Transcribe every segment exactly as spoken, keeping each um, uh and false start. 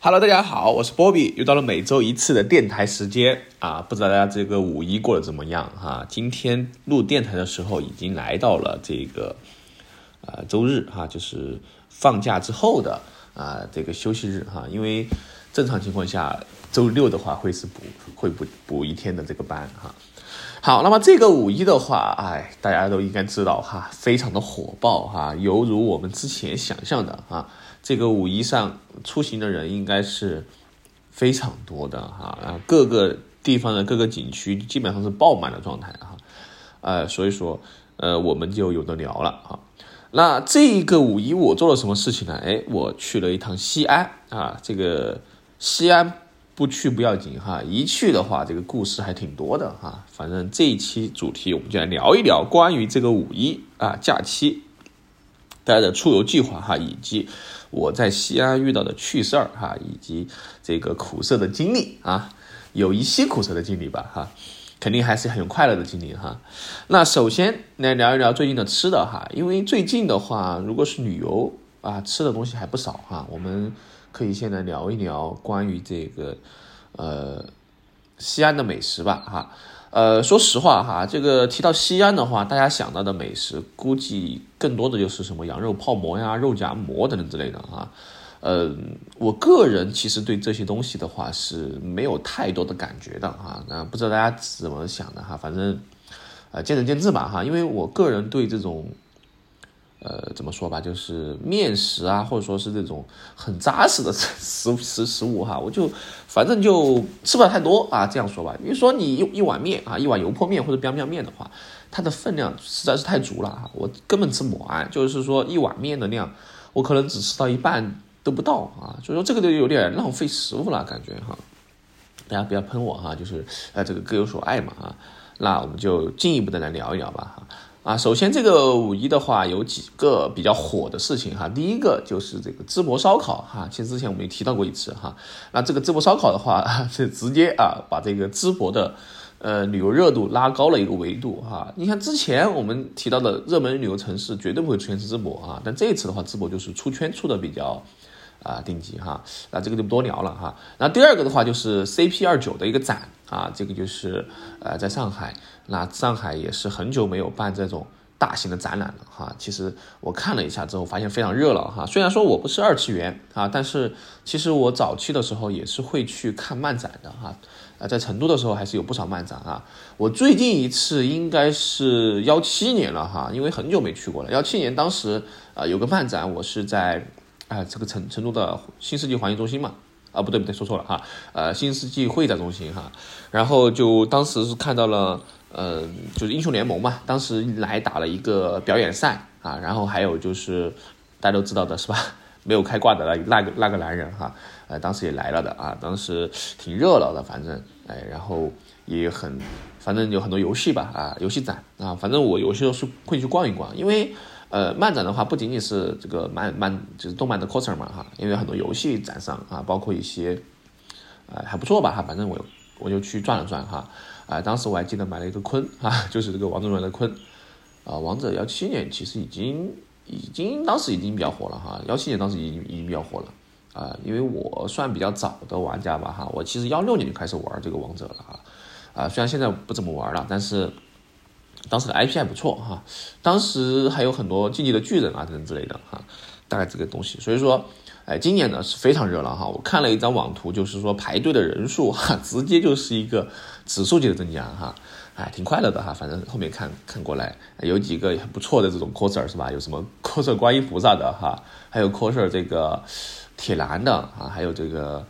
Hello， 大家好，我是波比，又到了每周一次的电台时间啊！不知道大家这个五一过得怎么样哈？今天录电台的时候已经来到了这个呃周日哈，就是放假之后的啊这个休息日哈。因为正常情况下周六的话会是补会补补一天的这个班哈。好，那么这个五一的话，哎，大家都应该知道哈，非常的火爆哈，犹如我们之前想象的哈。这个五一上出行的人应该是非常多的哈，然后各个地方的各个景区基本上是爆满的状态哈，呃，所以说呃我们就有的聊了哈。那这个五一我做了什么事情呢？哎，我去了一趟西安啊，这个西安不去不要紧哈，一去的话这个故事还挺多的哈。反正这一期主题我们就来聊一聊关于这个五一啊假期大家的出游计划哈，以及我在西安遇到的趣事儿哈，以及这个苦涩的经历啊，有一些苦涩的经历吧哈，肯定还是很快乐的经历哈。那首先来聊一聊最近的吃的哈，因为最近的话，如果是旅游啊，吃的东西还不少哈，我们可以先来聊一聊关于这个呃西安的美食吧哈。呃，说实话哈，这个提到西安的话，大家想到的美食估计更多的就是什么羊肉泡馍呀、肉夹馍等等之类的哈。呃，我个人其实对这些东西的话是没有太多的感觉的哈。那不知道大家怎么想的哈，反正呃见仁见智吧哈。因为我个人对这种呃，怎么说吧，就是面食啊，或者说是这种很扎实的食食食物哈，我就反正就吃不了太多啊，这样说吧。你说你一一碗面啊，一碗油泼面或者 biang biang 面的话，它的分量实在是太足了哈，我根本吃不完。就是说一碗面的量，我可能只吃到一半都不到啊，所以说这个就有点浪费食物了，感觉哈。大家不要喷我哈，就是呃这个各有所爱嘛啊。那我们就进一步的来聊一聊吧哈。啊，首先这个五一的话有几个比较火的事情哈。第一个就是这个淄博烧烤哈，其实之前我们也提到过一次哈。那这个淄博烧烤的话是直接啊把这个淄博的呃旅游热度拉高了一个维度哈。你看之前我们提到的热门旅游城市绝对不会出现淄博啊，但这一次的话淄博就是出圈出的比较啊顶级哈。那这个就不多聊了哈。那第二个的话就是 C P 二十九 的一个展啊，这个就是呃在上海。那上海也是很久没有办这种大型的展览了哈，其实我看了一下之后发现非常热闹哈。虽然说我不是二次元啊，但是其实我早期的时候也是会去看漫展的哈。呃，在成都的时候还是有不少漫展啊。我最近一次应该是幺七年了哈，因为很久没去过了。幺七年当时啊、呃、有个漫展，我是在啊、呃、这个成成都的新世纪环球中心嘛。啊，不对不对，说错了哈，呃，新世纪会展中心哈，然后就当时是看到了，呃，就是英雄联盟嘛，当时来打了一个表演赛啊，然后还有就是大家都知道的是吧，没有开挂的那个那个男人哈，呃，当时也来了的啊，当时挺热闹的，反正哎，然后也很，反正有很多游戏吧啊，游戏展啊，反正我有些时候是会去逛一逛，因为。呃，漫展的话不仅仅是这个漫漫就是动漫的 coser 嘛哈，因为很多游戏展上啊，包括一些，呃还不错吧哈，反正我我就去转了转哈，啊、呃，当时我还记得买了一个坤啊，就是这个王者荣耀的坤，啊、呃，王者幺七年其实已经已经当时已经比较火了哈，幺七年当时已经已经比较火了啊、呃，因为我算比较早的玩家吧哈，我其实幺六年就开始玩这个王者了哈，啊、呃，虽然现在不怎么玩了，但是。当时的 I P 还不错哈，当时还有很多竞技的巨人啊等等之类的哈，大概这个东西。所以说，哎，今年呢是非常热闹哈。我看了一张网图，就是说排队的人数哈，直接就是一个指数级的增加哈，哎，挺快乐的哈。反正后面看看过来，有几个很不错的这种 coser 是吧？有什么 coser 观音菩萨的哈，还有 coser 这个铁男的啊，还有这个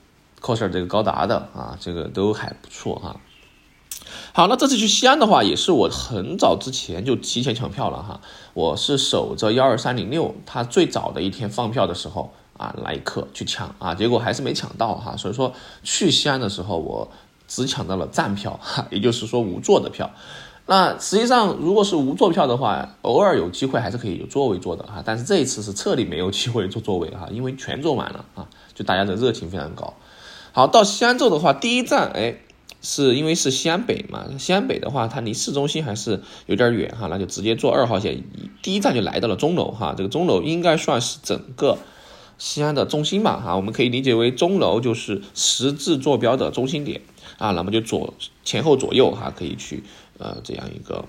coser 这个高达的啊，这个都还不错哈。好，那这次去西安的话，也是我很早之前就提前抢票了哈。我是守着幺二三零六，它最早的一天放票的时候啊，那一刻去抢啊，结果还是没抢到哈。所以说去西安的时候，我只抢到了站票哈，也就是说无座的票。那实际上如果是无座票的话，偶尔有机会还是可以有座位坐的哈。但是这一次是彻底没有机会坐座位哈，因为全坐满了啊，就大家的热情非常高。好，到西安之后的话，第一站哎。是因为是西安北嘛，西安北的话它离市中心还是有点远哈，那就直接坐二号线，第一站就来到了钟楼哈，这个钟楼应该算是整个西安的中心嘛哈，我们可以理解为钟楼就是十字坐标的中心点啊，那么就左前后左右哈，可以去呃这样一个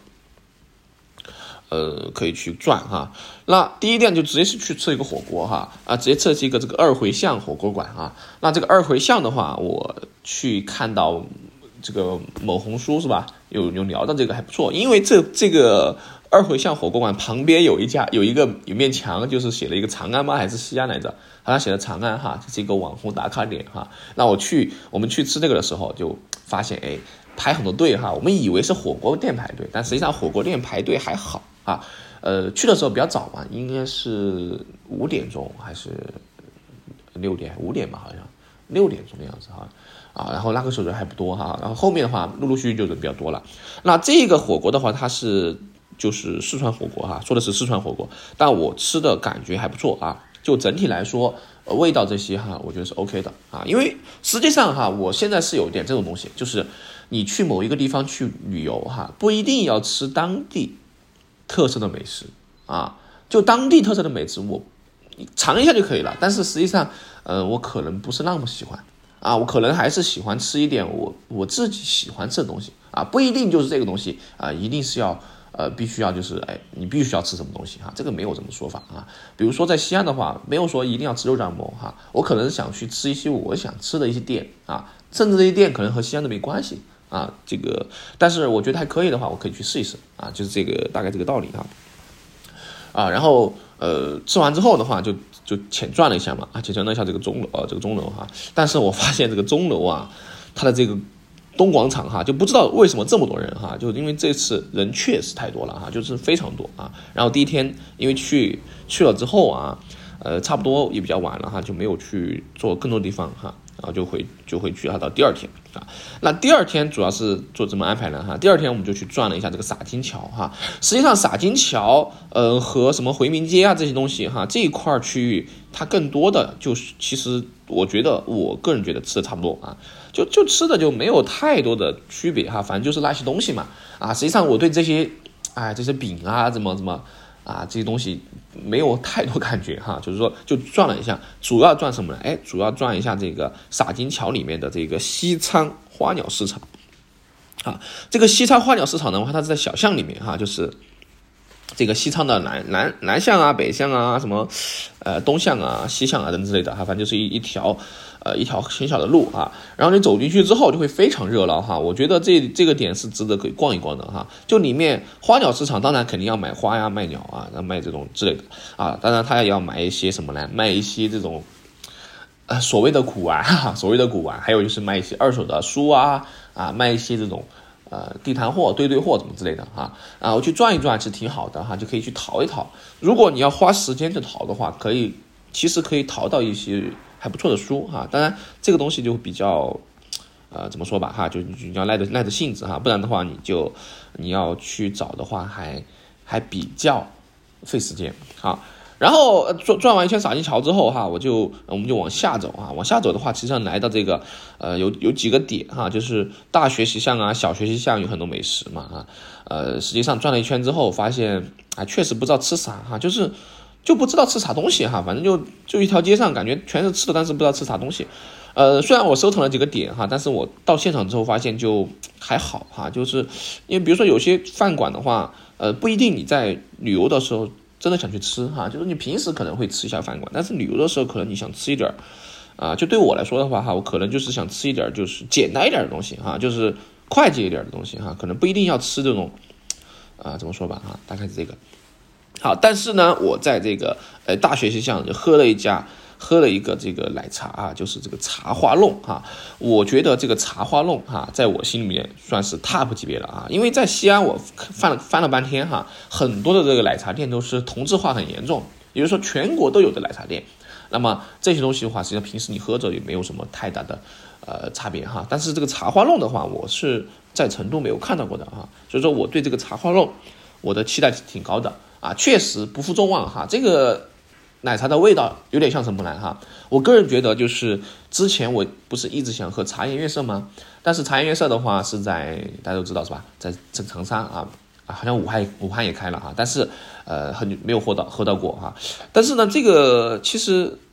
呃可以去转哈。那第一站就直接是去吃一个火锅哈啊，直接吃一个这个二回巷火锅馆啊。那这个二回巷的话，我去看到这个某红书是吧，有有聊到这个还不错，因为这这个二回巷火锅馆旁边有一家有一个有面墙，就是写了一个长安吗还是西安来着，好像写的长安哈，这是一个网红打卡点哈。那我去我们去吃这个的时候就发现哎排很多队哈，我们以为是火锅店排队，但实际上火锅店排队还好啊。呃，去的时候比较早嘛，应该是五点钟还是六点五点吧，好像六点钟的样子哈。啊，然后那个时候人还不多哈，然后后面的话陆陆续续就人比较多了。那这个火锅的话，它是就是四川火锅哈，说的是四川火锅，但我吃的感觉还不错啊。就整体来说，呃，味道这些哈，我觉得是 OK 的啊。因为实际上哈，我现在是有一点这种东西，就是你去某一个地方去旅游哈，不一定要吃当地特色的美食啊，就当地特色的美食我尝一下就可以了。但是实际上，呃，我可能不是那么喜欢。啊，我可能还是喜欢吃一点我我自己喜欢吃的东西啊，不一定就是这个东西啊，一定是要呃必须要就是哎你必须要吃什么东西哈，这个没有这么说法啊。比如说在西安的话，没有说一定要吃肉夹馍哈，我可能想去吃一些我想吃的一些店啊，甚至这些店可能和西安都没关系啊，这个但是我觉得还可以的话，我可以去试一试啊，就是这个大概这个道理哈。啊，然后呃吃完之后的话就。就浅转了一下嘛，啊，浅转了一下这个钟楼，呃，这个钟楼哈。但是我发现这个钟楼啊，它的这个东广场哈，就不知道为什么这么多人哈，就因为这次人确实太多了哈，就是非常多啊。然后第一天因为去去了之后啊，呃，差不多也比较晚了哈，就没有去做更多地方哈，然后就会就会去到第二天啊。那第二天主要是做怎么安排呢哈？第二天我们就去转了一下这个洒金桥哈。实际上洒金桥呃和什么回民街啊这些东西哈，这一块区域它更多的就是其实我觉得我个人觉得吃的差不多啊，就就吃的就没有太多的区别哈，反正就是那些东西嘛啊。实际上我对这些哎这些饼啊怎么怎么啊这些东西没有太多感觉哈，就是说就转了一下，主要转什么呢？哎，主要转一下这个洒金桥里面的这个西仓花鸟市场啊。这个西仓花鸟市场的话，它是在小巷里面哈，就是这个西仓的南南南巷啊、北巷啊、什么呃东巷啊、西巷啊等之类的哈，反正就是一一条呃一条很小的路啊。然后你走进去之后就会非常热闹哈，我觉得这这个点是值得可以逛一逛的哈。就里面花鸟市场，当然肯定要买花呀、卖鸟啊、卖这种之类的啊。当然他也要买一些什么呢？卖一些这种呃所谓的古玩哈，所谓的古玩，还有就是卖一些二手的书啊啊，卖一些这种。呃，地摊货、堆堆货怎么之类的哈，啊，我去转一转是挺好的哈，就可以去淘一淘。如果你要花时间去淘的话，可以，其实可以淘到一些还不错的书哈。当然，这个东西就比较，呃，怎么说吧哈，就你要耐着耐着性子哈，不然的话你就你要去找的话还还比较费时间啊。然后转转完一圈洒金桥之后哈，我就我们就往下走啊，往下走的话，其实上来到这个呃有有几个点哈，就是大学习巷啊、小学习巷有很多美食嘛啊，呃，实际上转了一圈之后，发现啊确实不知道吃啥哈，就是就不知道吃啥东西哈，反正就就一条街上感觉全是吃的，但是不知道吃啥东西。呃，虽然我收藏了几个点哈，但是我到现场之后发现就还好哈，就是因为比如说有些饭馆的话，呃，不一定你在旅游的时候。真的想去吃哈，就是你平时可能会吃一下饭馆，但是旅游的时候可能你想吃一点啊，就对我来说的话哈，我可能就是想吃一点就是简单一点的东西哈，就是快捷一点的东西哈，可能不一定要吃这种啊怎么说吧哈，大概是这个。好，但是呢，我在这个呃大学习巷就喝了一家。喝了一个这个奶茶啊，就是这个茶花弄哈，我觉得这个茶花弄哈，在我心里面算是 top 级别了啊，因为在西安我翻了翻了半天哈，很多的这个奶茶店都是同质化很严重，也就是说全国都有的奶茶店，那么这些东西的话，实际上平时你喝着也没有什么太大的呃差别哈，但是这个茶花弄的话，我是在成都没有看到过的哈，所以说我对这个茶花弄我的期待挺高的啊，确实不负众望哈，这个。奶茶的味道有点像什么呢哈？我个人觉得就是之前我不是一直想喝茶颜悦色吗？但是茶颜悦色的话是在大家都知道是吧，在在长沙啊啊，好像武汉武汉也开了哈，但是呃很没有喝到喝到过哈。但是呢，这个其实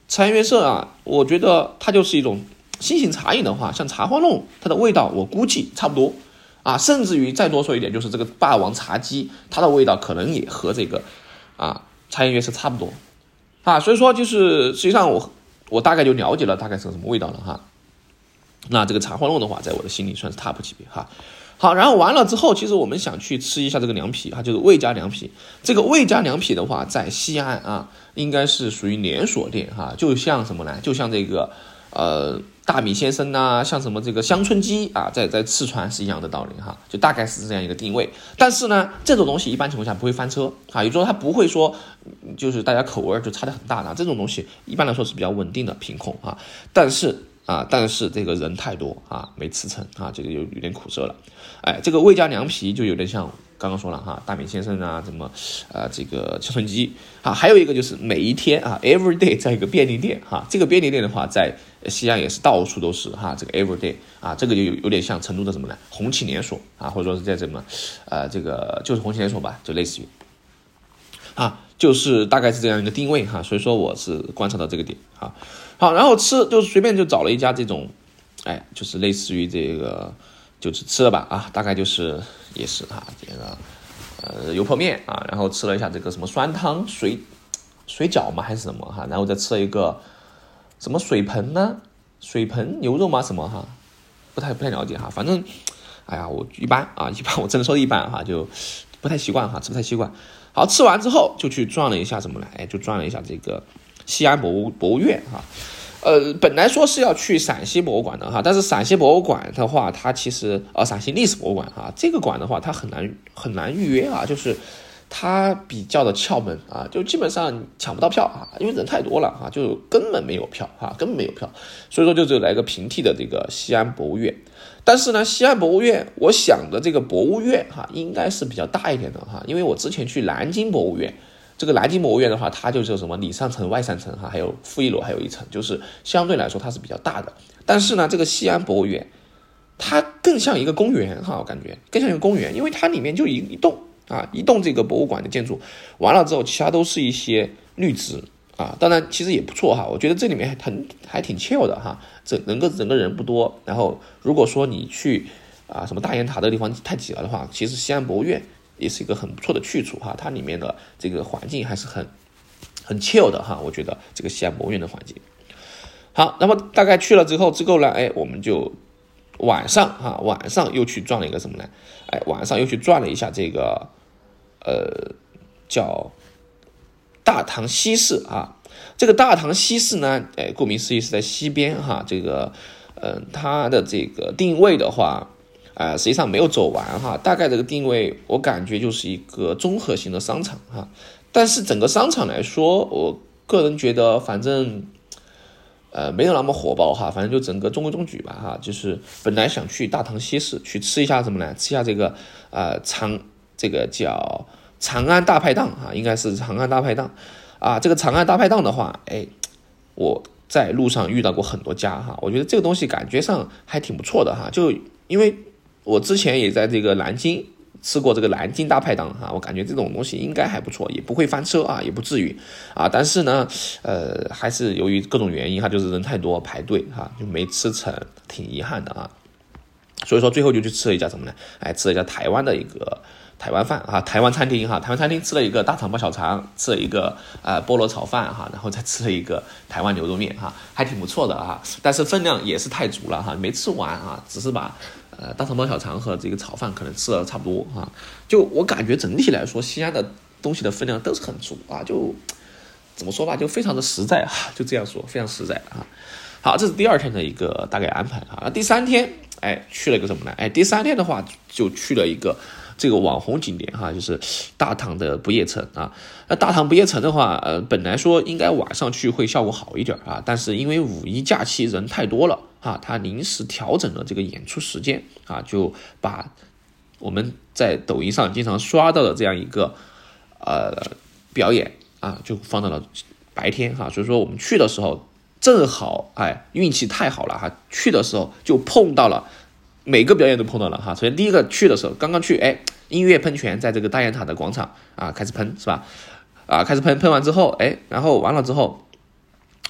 茶颜悦色啊，我觉得它就是一种新型茶饮的话，像茶花弄，它的味道我估计差不多啊，甚至于再多说一点，就是这个霸王茶姬，它的味道可能也和这个啊茶颜悦色差不多啊，所以说就是实际上我我大概就了解了大概是个什么味道了哈。那这个茶花弄的话，在我的心里算是 top 级别哈。好，然后完了之后，其实我们想去吃一下这个凉皮哈，就是魏家凉皮。这个魏家凉皮的话，在西安啊，应该是属于连锁店哈，就像什么呢？就像这个呃大米先生呐、啊，像什么这个乡村鸡啊，在在四川是一样的道理哈，就大概是这样一个定位。但是呢，这种东西一般情况下不会翻车啊，也就是说它不会说就是大家口味就差得很大的，这种东西一般来说是比较稳定的品控啊。但是啊，但是这个人太多啊，没吃成啊，这个有有点苦涩了。哎，这个魏家凉皮就有点像刚刚说了哈，大米先生啊，什么啊，这个乡村鸡啊，还有一个就是每一天啊 ，every day 在一个便利店哈，这个便利店的话，在西安也是到处都是哈，这个 every day 啊，这个就有有点像成都的什么呢？红旗连锁啊，或者说是在什么呃，这个就是红旗连锁吧，就类似于啊，就是大概是这样一个定位哈，所以说我是观察到这个点哈。好，然后吃就是随便就找了一家这种，哎，就是类似于这个，就是吃了吧啊，大概就是也是啊，这个呃油泼面啊，然后吃了一下这个什么酸汤水水饺嘛还是什么哈，然后再吃了一个什么水盆呢？水盆牛肉吗？什么哈？不太不太了解哈，反正哎呀我一般啊，一般我只能说一般哈，就不太习惯哈，吃不太习惯。好，吃完之后就去转了一下什么呢？哎，就转了一下这个西安博物博物院哈。呃，本来说是要去陕西博物馆的哈，但是陕西博物馆的话，它其实呃陕西历史博物馆哈，这个馆的话它很难很难预约啊，就是它比较的窍门啊，就基本上抢不到票啊，因为人太多了啊，就根本没有票啊，根本没有票，所以说就只有来个平替的这个西安博物院。但是呢，西安博物院，我想的这个博物院哈，应该是比较大一点的哈，因为我之前去南京博物院。这个南京博物院的话，它就是什么里上层、外上层哈，还有负一楼还有一层，就是相对来说它是比较大的。但是呢，这个西安博物院，它更像一个公园哈，我感觉更像一个公园，因为它里面就一一栋啊，一栋这个博物馆的建筑，完了之后，其他都是一些绿植啊，当然其实也不错哈，我觉得这里面还很还挺 chill 的哈，整整个整个人不多，然后如果说你去啊什么大雁塔的地方太挤了的话，其实西安博物院也是一个很不错的去处哈，它里面的这个环境还是很很 chill 的哈，我觉得这个西安博物院的环境。好，那么大概去了之后之后呢，哎，我们就晚上哈，晚上又去转了一个什么呢？哎，晚上又去转了一下这个呃叫大唐西市啊。这个大唐西市呢，哎，顾名思义是在西边哈，这个呃它的这个定位的话。啊、呃，实际上没有走完哈，大概这个定位我感觉就是一个综合型的商场哈，但是整个商场来说，我个人觉得反正呃没有那么火爆哈，反正就整个中规中矩吧哈，就是本来想去大唐西市去吃一下什么呢？吃一下这个呃长这个叫长安大排档哈，应该是长安大排档啊，这个长安大排档的话，哎，我在路上遇到过很多家哈，我觉得这个东西感觉上还挺不错的哈，就因为。我之前也在这个南京吃过这个南京大排档哈，我感觉这种东西应该还不错，也不会翻车啊，也不至于啊。但是呢，呃，还是由于各种原因哈，就是人太多排队哈，就没吃成，挺遗憾的啊。所以说最后就去吃了一家什么呢？哎，吃了一家台湾的一个台湾饭啊，台湾餐厅哈，台湾餐厅吃了一个大肠包小肠，吃了一个呃菠萝炒饭哈，然后再吃了一个台湾牛肉面哈，还挺不错的啊。但是分量也是太足了哈，没吃完啊，只是把。呃，大肠包小肠和这个炒饭可能吃了差不多啊，就我感觉整体来说，西安的东西的分量都是很足啊，就怎么说吧，就非常的实在啊，就这样说，非常实在啊。好，这是第二天的一个大概安排啊。第三天，哎，去了一个什么呢？哎，第三天的话就去了一个这个网红景点哈，就是大唐的不夜城啊。那大唐不夜城的话，呃，本来说应该晚上去会效果好一点啊，但是因为五一假期人太多了。啊，他临时调整了这个演出时间啊，就把我们在抖音上经常刷到的这样一个呃表演啊，就放到了白天哈、啊。所以说我们去的时候正好哎运气太好了哈、啊，去的时候就碰到了每个表演都碰到了哈。首先第一个去的时候刚刚去哎音乐喷泉在这个大雁塔的广场啊开始喷是吧？啊开始喷喷完之后哎，然后完了之后。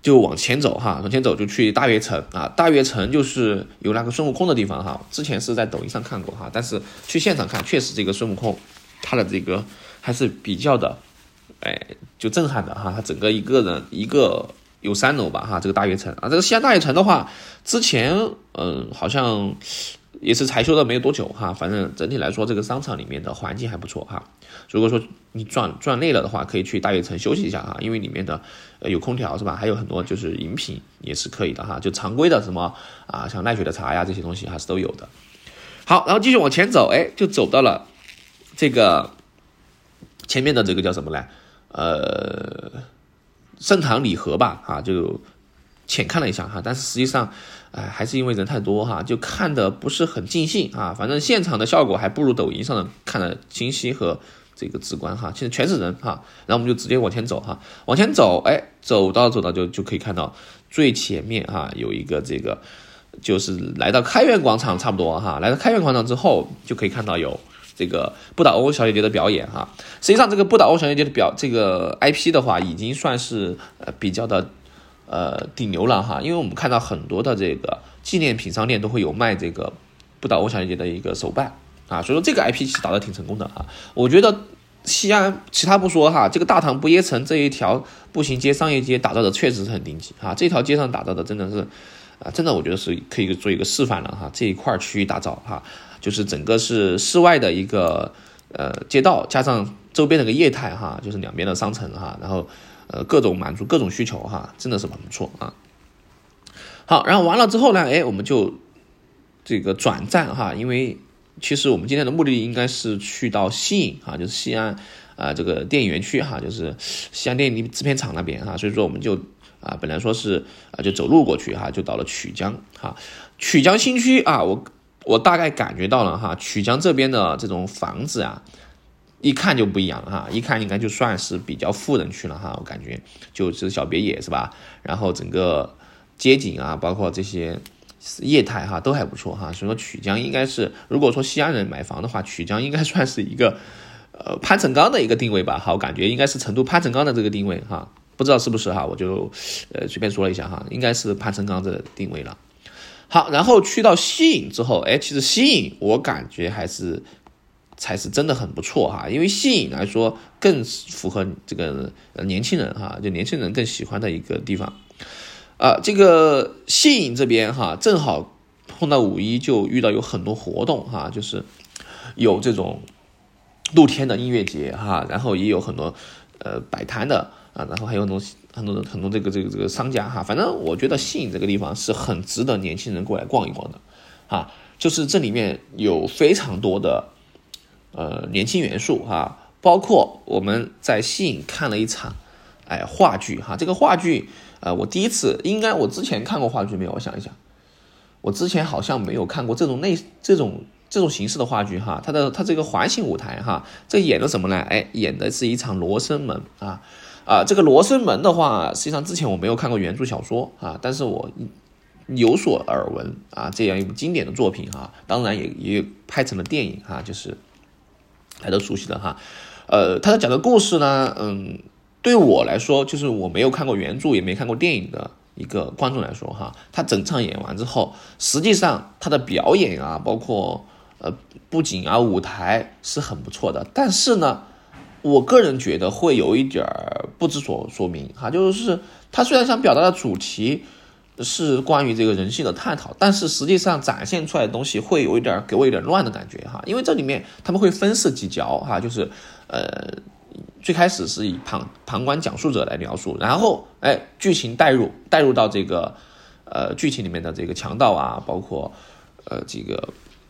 就往前走哈，往前走就去大悦城啊，大悦城就是有那个孙悟空的地方哈，之前是在抖音上看过哈，但是去现场看，确实这个孙悟空他的这个还是比较的，哎，就震撼的哈，他整个一个人一个有三楼吧哈，这个大悦城啊，这个西安大悦城的话，之前嗯好像也是才修的没有多久哈，反正整体来说这个商场里面的环境还不错哈。如果说你转转累了的话，可以去大悦城休息一下哈，因为里面的、呃、有空调是吧？还有很多就是饮品也是可以的哈，就常规的什么啊，像奈雪的茶呀这些东西还是都有的。好，然后继续往前走，哎，就走到了这个前面的这个叫什么来？呃，盛唐礼盒吧，啊，就浅看了一下哈，但是实际上，哎、呃，还是因为人太多哈，就看的不是很尽兴啊。反正现场的效果还不如抖音上的看的清晰和这个直观哈。现在全是人哈，然后我们就直接往前走哈，往前走，哎，走到走到就就可以看到最前面哈有一个这个，就是来到开元广场差不多哈，来到开元广场之后就可以看到有这个不倒翁小姐姐的表演哈。实际上这个不倒翁小姐姐的表这个 I P 的话，已经算是呃比较的。呃，顶流了哈，因为我们看到很多的这个纪念品商店都会有卖这个不倒翁小姐姐的一个手办啊，所以说这个 I P 其实打得挺成功的哈。我觉得西安其他不说哈，这个大唐不夜城这一条步行街、商业街打造的确实是很顶级哈，这条街上打造的真的是啊，真的我觉得是可以做一个示范了哈。这一块区域打造哈，就是整个是室外的一个呃街道，加上周边的一个业态哈，就是两边的商城哈，然后。呃，各种满足各种需求哈，真的是很不错啊。好，然后完了之后呢，哎，我们就这个转站哈，因为其实我们今天的目的地应该是去到西影哈，就是西安啊、呃、这个电影园区哈，就是西安电影制片厂那边哈，所以说我们就啊、呃、本来说是啊、呃、就走路过去哈，就到了曲江哈，曲江新区啊，我我大概感觉到了哈，曲江这边的这种房子啊。一看就不一样哈，一看应该就算是比较富人区了哈，我感觉就是小别野是吧？然后整个街景啊，包括这些业态哈，都还不错哈。所以说曲江应该是，如果说西安人买房的话，曲江应该算是一个呃潘成刚的一个定位吧哈，我感觉应该是成都潘成刚的这个定位哈，不知道是不是哈，我就呃随便说了一下哈，应该是潘成刚的定位了。好，然后去到西影之后，哎，其实西影我感觉还是。才是真的很不错哈，因为西影来说更符合这个年轻人哈，就年轻人更喜欢的一个地方。啊、呃，这个西影这边哈，正好碰到五一就遇到有很多活动哈，就是有这种露天的音乐节哈，然后也有很多呃摆摊的啊，然后还有很多很多很多这个这个这个商家哈，反正我觉得西影这个地方是很值得年轻人过来逛一逛的啊，就是这里面有非常多的。呃，年轻元素哈，包括我们在西影看了一场，哎，话剧哈，这个话剧，呃，我第一次，应该我之前看过话剧没有？我想一想，我之前好像没有看过这种类这种这种形式的话剧哈，它的它这个环形舞台哈，这演的什么呢？哎，演的是一场罗生门啊啊，这个罗生门的话，实际上之前我没有看过原著小说啊，但是我有所耳闻啊，这样一部经典的作品哈，当然也也拍成了电影哈，就是。大家都熟悉的哈，呃，他的讲的故事呢，嗯，对我来说，就是我没有看过原著，也没看过电影的一个观众来说哈，他整场演完之后，实际上他的表演啊，包括呃布景啊、舞台是很不错的，但是呢，我个人觉得会有一点不知所说明哈，就是他虽然想表达的主题。是关于这个人性的探讨，但是实际上展现出来的东西会有一点给我有点乱的感觉哈，因为这里面他们会分饰几角哈，就是呃最开始是以旁旁观讲述者来描述，然后哎剧情带入带入到这个呃剧情里面的这个强盗啊，包括呃这个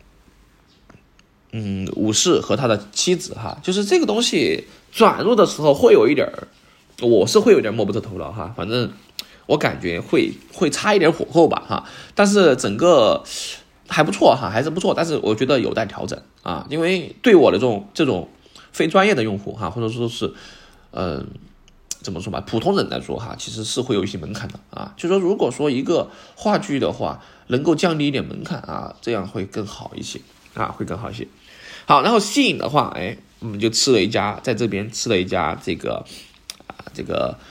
嗯武士和他的妻子哈，就是这个东西转入的时候会有一点，我是会有点摸不着头脑哈，反正。我感觉会会差一点火候吧哈，但是整个还不错哈，还是不错，但是我觉得有待调整啊，因为对我的这种这种非专业的用户哈，或者说是嗯、呃、怎么说吧，普通人来说哈，其实是会有一些门槛的啊，就说如果说一个话剧的话，能够降低一点门槛啊，这样会更好一些啊，会更好一些。好，然后西影的话，哎，我们就吃了一家，在这边吃了一家这个啊这个。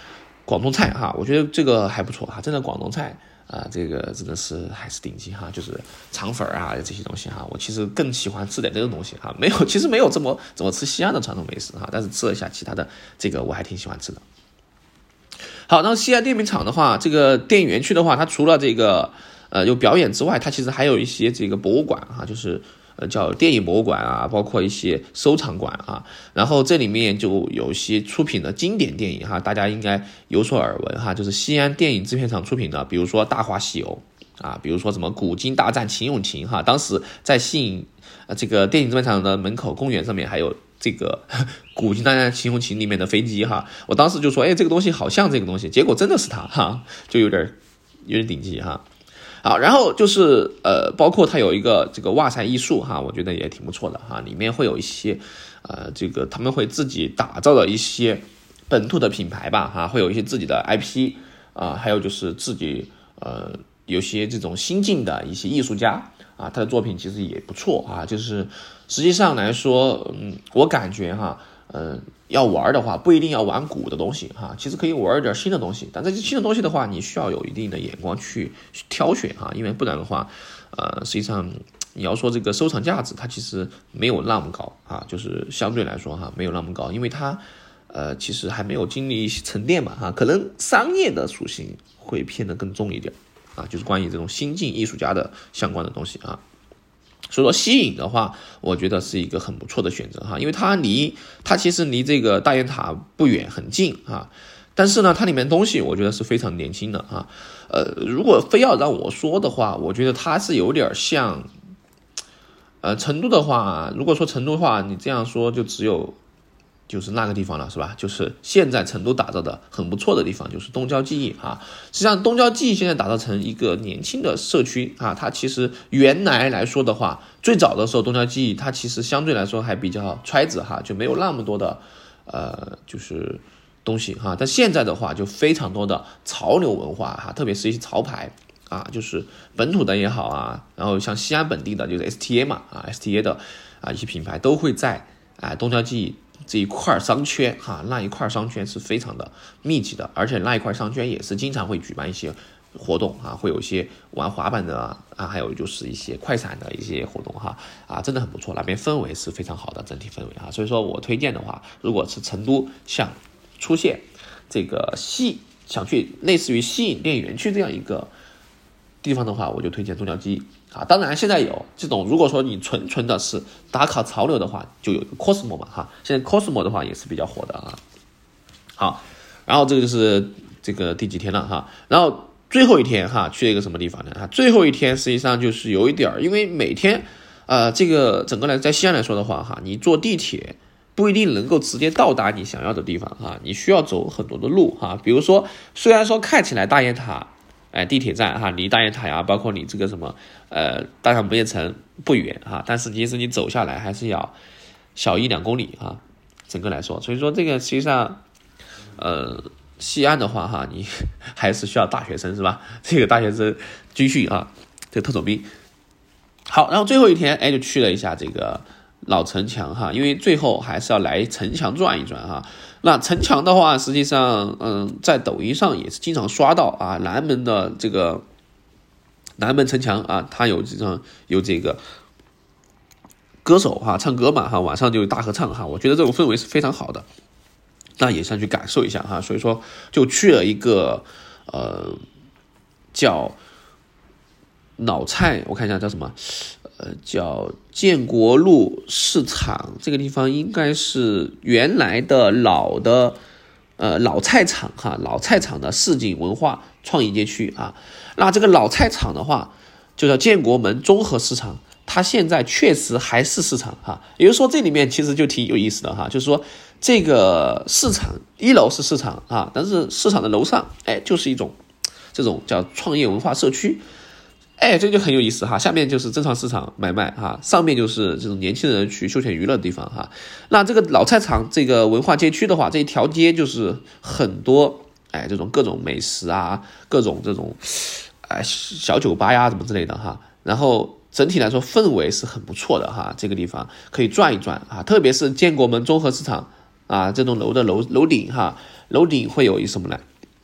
广东菜哈，我觉得这个还不错哈，真的广东菜啊、呃，这个真的是还是顶级哈，就是肠粉啊这些东西哈，我其实更喜欢吃点这种东西哈，没有其实没有这么怎么吃西安的传统美食哈，但是吃了一下其他的这个我还挺喜欢吃的。好，那西安电影厂的话，这个电影园区的话，它除了这个呃有表演之外，它其实还有一些这个博物馆哈，就是呃叫电影博物馆啊，包括一些收藏馆啊，然后这里面就有一些出品的经典电影哈，大家应该有所耳闻哈，就是西安电影制片厂出品的，比如说《大话西游》啊，比如说什么《古今大战秦俑情》哈，当时在西影呃这个电影制片厂的门口公园上面还有这个古今大战秦俑情里面的飞机哈，我当时就说，哎，这个东西好像这个东西，结果真的是它哈，就有点有点顶级哈。好，然后就是呃，包括它有一个这个哇塞艺术哈，我觉得也挺不错的哈，里面会有一些呃，这个他们会自己打造的一些本土的品牌吧哈，会有一些自己的 I P 啊、呃，还有就是自己呃有些这种新进的一些艺术家啊，他的作品其实也不错啊，就是实际上来说，嗯，我感觉哈，嗯、呃，要玩的话不一定要玩古的东西哈，其实可以玩一点新的东西，但这些新的东西的话，你需要有一定的眼光去挑选哈，因为不然的话，呃，实际上你要说这个收藏价值，它其实没有那么高啊，就是相对来说哈，没有那么高，因为它呃其实还没有经历一些沉淀嘛哈，可能商业的属性会偏得更重一点啊，就是关于这种新晋艺术家的相关的东西啊。所以说西影的话，我觉得是一个很不错的选择哈，因为它离它其实离这个大雁塔不远，很近啊。但是呢，它里面东西我觉得是非常年轻的啊。呃，如果非要让我说的话，我觉得它是有点像，呃，成都的话，如果说成都的话，你这样说就只有就是那个地方了，是吧？就是现在成都打造的很不错的地方，就是东郊记忆啊。实际上，东郊记忆现在打造成一个年轻的社区啊。它其实原来来说的话，最早的时候，东郊记忆它其实相对来说还比较揣子哈，就没有那么多的呃，就是东西哈。但现在的话，就非常多的潮流文化哈，特别是一些潮牌啊，就是本土的也好啊，然后像西安本地的，就是 S T A 嘛啊 ，S T A 的啊一些品牌都会在啊东郊记忆这一块商圈哈，那一块商圈是非常的密集的，而且那一块商圈也是经常会举办一些活动啊，会有一些玩滑板的啊，还有就是一些快闪的一些活动哈啊，真的很不错，那边氛围是非常好的整体氛围啊，所以说我推荐的话，如果是成都想出现这个吸想去类似于吸引电影园区这样一个地方的话，我就推荐东郊记忆啊。当然现在有这种，如果说你纯纯的是打卡潮流的话，就有一个 Cosmo 嘛哈，现在 Cosmo 的话也是比较火的啊。好，然后这个就是这个第几天了哈，然后最后一天哈去了一个什么地方呢？哈，最后一天实际上就是有一点，因为每天呃这个整个来在西安来说的话哈，你坐地铁不一定能够直接到达你想要的地方哈，你需要走很多的路哈，比如说虽然说看起来大雁塔哎，地铁站哈，离大雁塔呀，包括你这个什么呃大唐不夜城不远哈，但是其实你走下来还是要小一两公里哈，整个来说，所以说这个实际上呃西安的话哈，你还是需要大学生是吧？这个大学生军训啊，这个特种兵。好，然后最后一天哎就去了一下这个老城墙哈，因为最后还是要来城墙转一转哈。那城墙的话，实际上，嗯，在抖音上也是经常刷到啊，南门的这个南门城墙啊，它有这种有这个歌手哈，唱歌嘛哈，晚上就大合唱哈，我觉得这种氛围是非常好的，那也想去感受一下哈，所以说就去了一个呃叫老蔡，我看一下叫什么。呃，叫建国路市场，这个地方应该是原来的老的呃老菜场哈，老菜场的市井文化创意街区啊。那这个老菜场的话，就叫建国门综合市场，它现在确实还是市场哈。也就是说，这里面其实就挺有意思的哈，就是说这个市场一楼是市场啊，但是市场的楼上哎就是一种这种叫创业文化社区。哎，这就很有意思哈，下面就是正常市场买卖哈，上面就是这种年轻人去休闲娱乐的地方哈。那这个老菜场这个文化街区的话，这一条街就是很多哎这种各种美食啊，各种这种哎小酒吧呀什么之类的哈。然后整体来说氛围是很不错的哈，这个地方可以转一转啊，特别是建国门综合市场啊这栋楼的楼楼顶哈，楼顶会有一什么呢？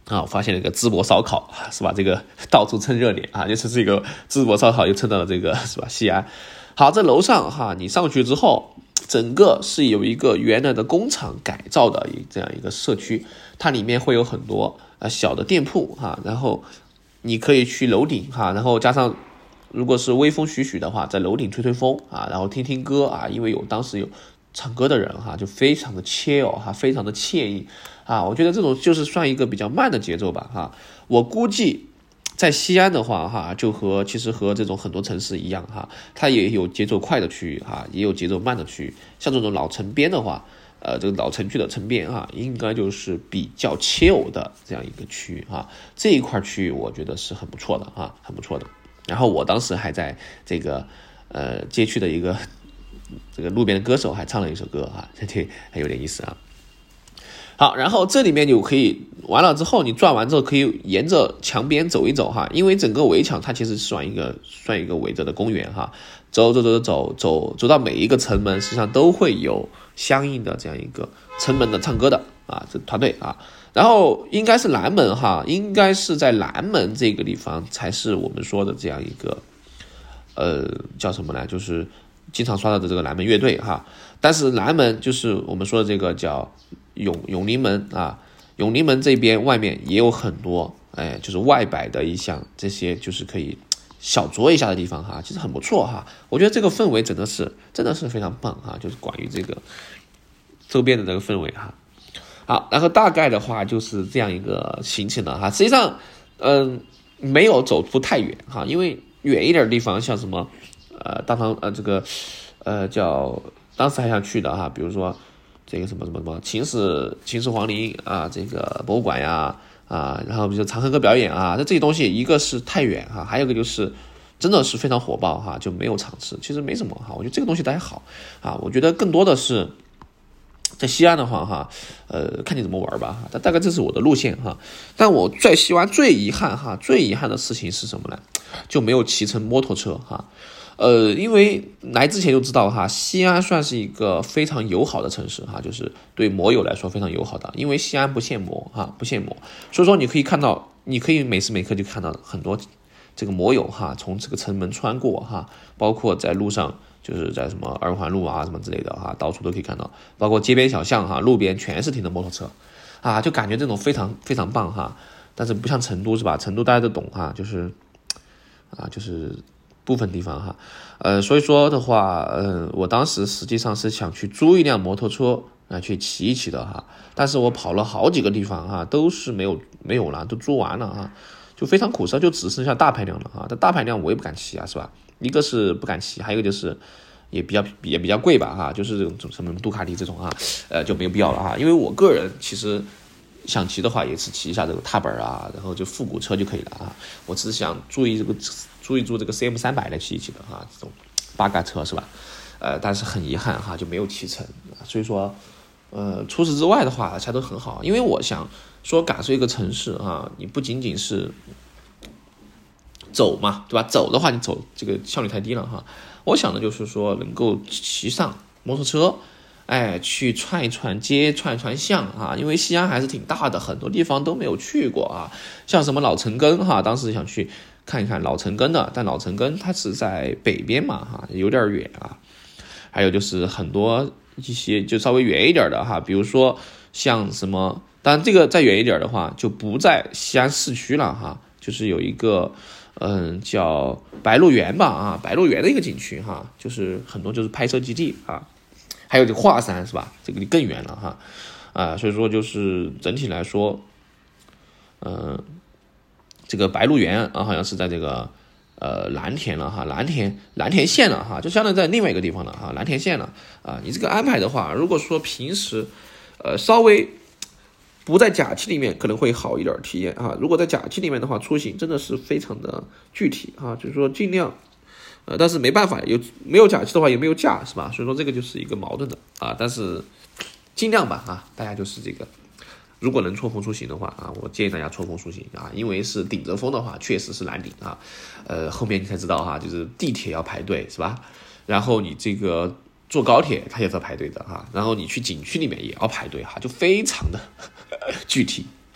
啊，我发现了一个淄博烧烤，是吧？这个到处蹭热点啊，就是这个淄博烧烤又蹭到了这个是吧？西安。好，在楼上哈，你上去之后，整个是有一个原来的工厂改造的一这样一个社区，它里面会有很多呃小的店铺哈，然后你可以去楼顶哈，然后加上如果是微风徐徐的话，在楼顶吹吹风啊，然后听听歌啊，因为有当时有唱歌的人哈，就非常的切哦哈，非常的惬意啊，我觉得这种就是算一个比较慢的节奏吧哈。我估计在西安的话哈，就和其实和这种很多城市一样哈，它也有节奏快的区域哈，也有节奏慢的区域。像这种老城边的话，呃，这个老城区的城边哈，应该就是比较切偶的这样一个区域哈。这一块区域我觉得是很不错的哈，很不错的。然后我当时还在这个呃街区的一个这个路边的歌手还唱了一首歌哈，这还有点意思啊。好，然后这里面就可以完了之后，你转完之后可以沿着墙边走一走哈，因为整个围墙它其实算一个算一个围着的公园哈，走走走走走走到每一个城门，实际上都会有相应的这样一个城门的唱歌的啊，这团队啊，然后应该是南门哈，应该是在南门这个地方才是我们说的这样一个呃叫什么呢？就是经常刷到的这个南门乐队哈，但是南门就是我们说的这个叫永永宁门啊，永宁门这边外面也有很多，哎，就是外摆的一项这些就是可以小酌一下的地方哈，其实很不错哈。我觉得这个氛围真的是真的是非常棒哈，就是关于这个周边的这个氛围哈。好，然后大概的话就是这样一个行程了哈。实际上，嗯、呃，没有走出太远哈，因为远一点的地方像什么呃大唐呃这个呃叫当时还想去的哈，比如说。这个什么什么什么秦始秦始皇陵啊，这个博物馆呀啊，然后比如说长河歌表演啊，这这些东西一个是太远哈，还有一个就是真的是非常火爆哈，就没有场次，其实没什么哈，我觉得这个东西都还好啊，我觉得更多的是在西安的话哈，呃，看你怎么玩吧哈，但大概这是我的路线哈，但我在西安最遗憾哈，最遗憾的事情是什么呢？就没有骑乘摩托车哈。呃，因为来之前就知道哈，西安算是一个非常友好的城市哈，就是对摩友来说非常友好的，因为西安不限摩哈，不限摩，所以说你可以看到，你可以每时每刻就看到很多这个摩友哈，从这个城门穿过哈，包括在路上，就是在什么二环路啊什么之类的哈，到处都可以看到，包括街边小巷哈，路边全是停的摩托车，啊，就感觉这种非常非常棒哈，但是不像成都是吧？成都大家都懂哈，就是啊，就是。部分地方哈，呃，所以说的话，呃，我当时实际上是想去租一辆摩托车来去骑一骑的哈，但是我跑了好几个地方哈，都是没有没有了，都租完了哈，就非常苦涩，就只剩下大排量了哈。但大排量我也不敢骑啊，是吧？一个是不敢骑，还有一个就是也比较也比较贵吧哈，就是这种什么杜卡迪这种哈，呃，就没有必要了哈。因为我个人其实想骑的话，也是骑一下这个踏板啊，然后就复古车就可以了啊。我只是想注意这个。租一租这个 C M 三百来骑一骑的哈，这种八嘎车是吧？呃，但是很遗憾哈，就没有骑成。所以说，呃，除此之外的话，才都很好。因为我想说，感受一个城市啊，你不仅仅是走嘛，对吧？走的话，你走这个效率太低了哈。我想的就是说，能够骑上摩托车，哎，去串一串街，串一串巷啊。因为西安还是挺大的，很多地方都没有去过啊。像什么老城根哈，当时想去。看一看老城根的，但老城根它是在北边嘛哈，有点远啊。还有就是很多一些就稍微远一点的哈，比如说像什么，当然这个再远一点的话就不在西安市区了哈，就是有一个嗯叫白鹿原吧啊，白鹿原的一个景区哈，就是很多就是拍摄基地啊。还有这个华山是吧？这个更远了哈啊，所以说就是整体来说，嗯。这个白鹿原啊，好像是在这个呃蓝田了哈，蓝田蓝田县了哈，就相当于在另外一个地方了哈，蓝田县了啊。你这个安排的话，如果说平时呃稍微不在假期里面，可能会好一点体验啊。如果在假期里面的话，出行真的是非常的具体啊，就是说尽量呃，但是没办法，有没有假期的话也没有假是吧？所以说这个就是一个矛盾的啊，但是尽量吧啊，大家就是这个。如果能错峰出行的话啊，我建议大家错峰出行啊，因为是顶着风的话，确实是难顶啊。呃，后面你才知道哈，就是地铁要排队是吧？然后你这个坐高铁它也是要排队的哈，然后你去景区里面也要排队哈，就非常的具体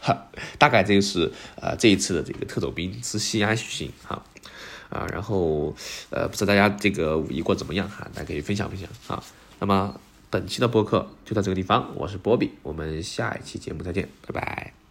哈，大概这个是呃这一次的这个特种兵之西安行哈啊，然后呃不知道大家这个五一过怎么样哈，大家可以分享分享啊。那么本期的播客就到这个地方，我是波比，我们下一期节目再见，拜拜。